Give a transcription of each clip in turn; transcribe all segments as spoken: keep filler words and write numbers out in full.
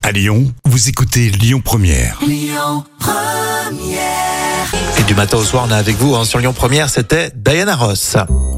À Lyon, vous écoutez Lyon Première. Lyon Première. Et du matin au soir, on est avec vous hein, sur Lyon Première, c'était Diana Ross.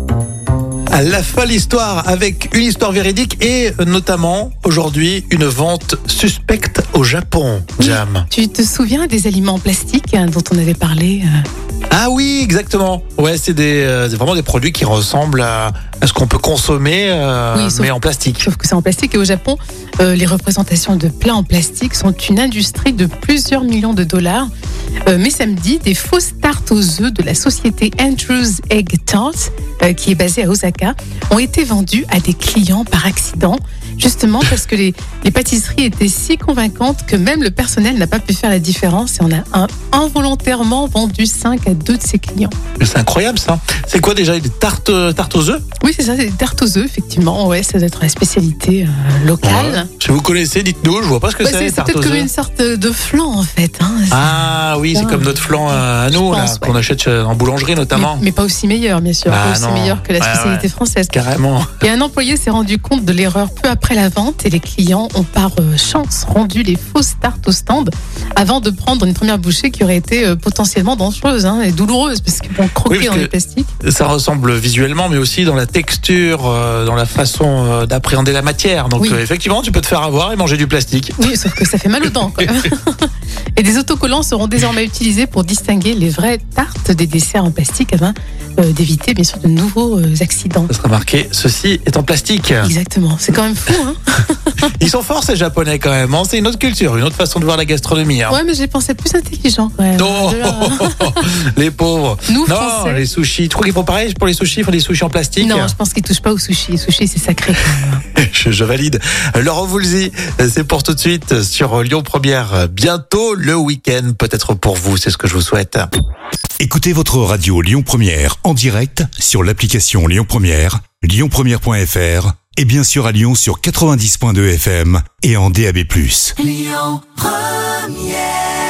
La folle histoire avec une histoire véridique et notamment aujourd'hui une vente suspecte au Japon. Jam. Tu te souviens des aliments en plastique hein, dont on avait parlé euh... Ah oui, exactement. Ouais, c'est des, euh, c'est vraiment des produits qui ressemblent à, à ce qu'on peut consommer, euh, Oui, sauf- mais en plastique. Sauf que c'est en plastique et au Japon, euh, les représentations de plats en plastique sont une industrie de plusieurs millions de dollars. Euh, mais samedi, des fausses tartes aux œufs de la société Andrew's Egg Tarts, euh, qui est basée à Osaka, ont été vendues à des clients par accident. Justement parce que les, les pâtisseries étaient si convaincantes que même le personnel n'a pas pu faire la différence et on a un, involontairement vendu cinq à deux de ses clients. Mais c'est incroyable ça. C'est quoi déjà, des tartes, euh, tartes aux œufs? Oui, c'est ça, c'est des tartes aux œufs, effectivement. Ouais, ça doit être la spécialité euh, locale. Ouais. Si vous connaissez, dites-nous, je vois pas ce que Ouais, c'est, c'est les c'est tartes peut-être aux comme œufs. une sorte de flan en fait. Hein. Ah oui, c'est Ah. comme notre flan euh, à Je nous, là, pense, ouais. qu'on achète chez- en boulangerie notamment. mais, mais pas aussi meilleur, bien sûr. Ah pas aussi non. meilleur que la Ouais, spécialité ouais. française. Carrément. Et un employé s'est rendu compte de l'erreur peu après la vente et les clients ont par euh, chance rendu les fausses tartes au stand avant de prendre une première bouchée qui aurait été euh, potentiellement dangereuse hein, et douloureuse parce que bon, croquer Oui, parce dans que- les plastiques. Ça ressemble visuellement, mais aussi dans la texture, euh, dans la façon euh, d'appréhender la matière. Donc Oui. euh, effectivement, tu peux te faire avoir et manger du plastique. Oui, sauf que ça fait mal aux dents. Quoi. Et des autocollants seront désormais utilisés pour distinguer les vraies tartes des desserts en plastique afin euh, d'éviter bien sûr de nouveaux euh, accidents. Ça sera marqué, ceci est en plastique. Exactement, c'est quand même fou. Hein. Ils sont forts ces Japonais quand même, hein. C'est une autre culture, une autre façon de voir la gastronomie. Hein. Ouais, mais j'ai pensé plus intelligent quand même. Non, De là- les pauvres. Nous, Non, Français. les sushis. Tu crois qu'ils font pareil pour les sushis? Ils font des sushis en plastique? Non, je pense qu'ils touchent pas au sushi. Le sushi, c'est sacré. quand même. je, je valide. Laurent Voulzy, c'est pour tout de suite sur Lyon Première. Bientôt le week-end, peut-être pour vous, c'est ce que je vous souhaite. Écoutez votre radio Lyon Première en direct sur l'application Lyon Première, lyon première point f r et bien sûr à Lyon sur quatre-vingt-dix point deux F M et en D A B plus. Lyon Première.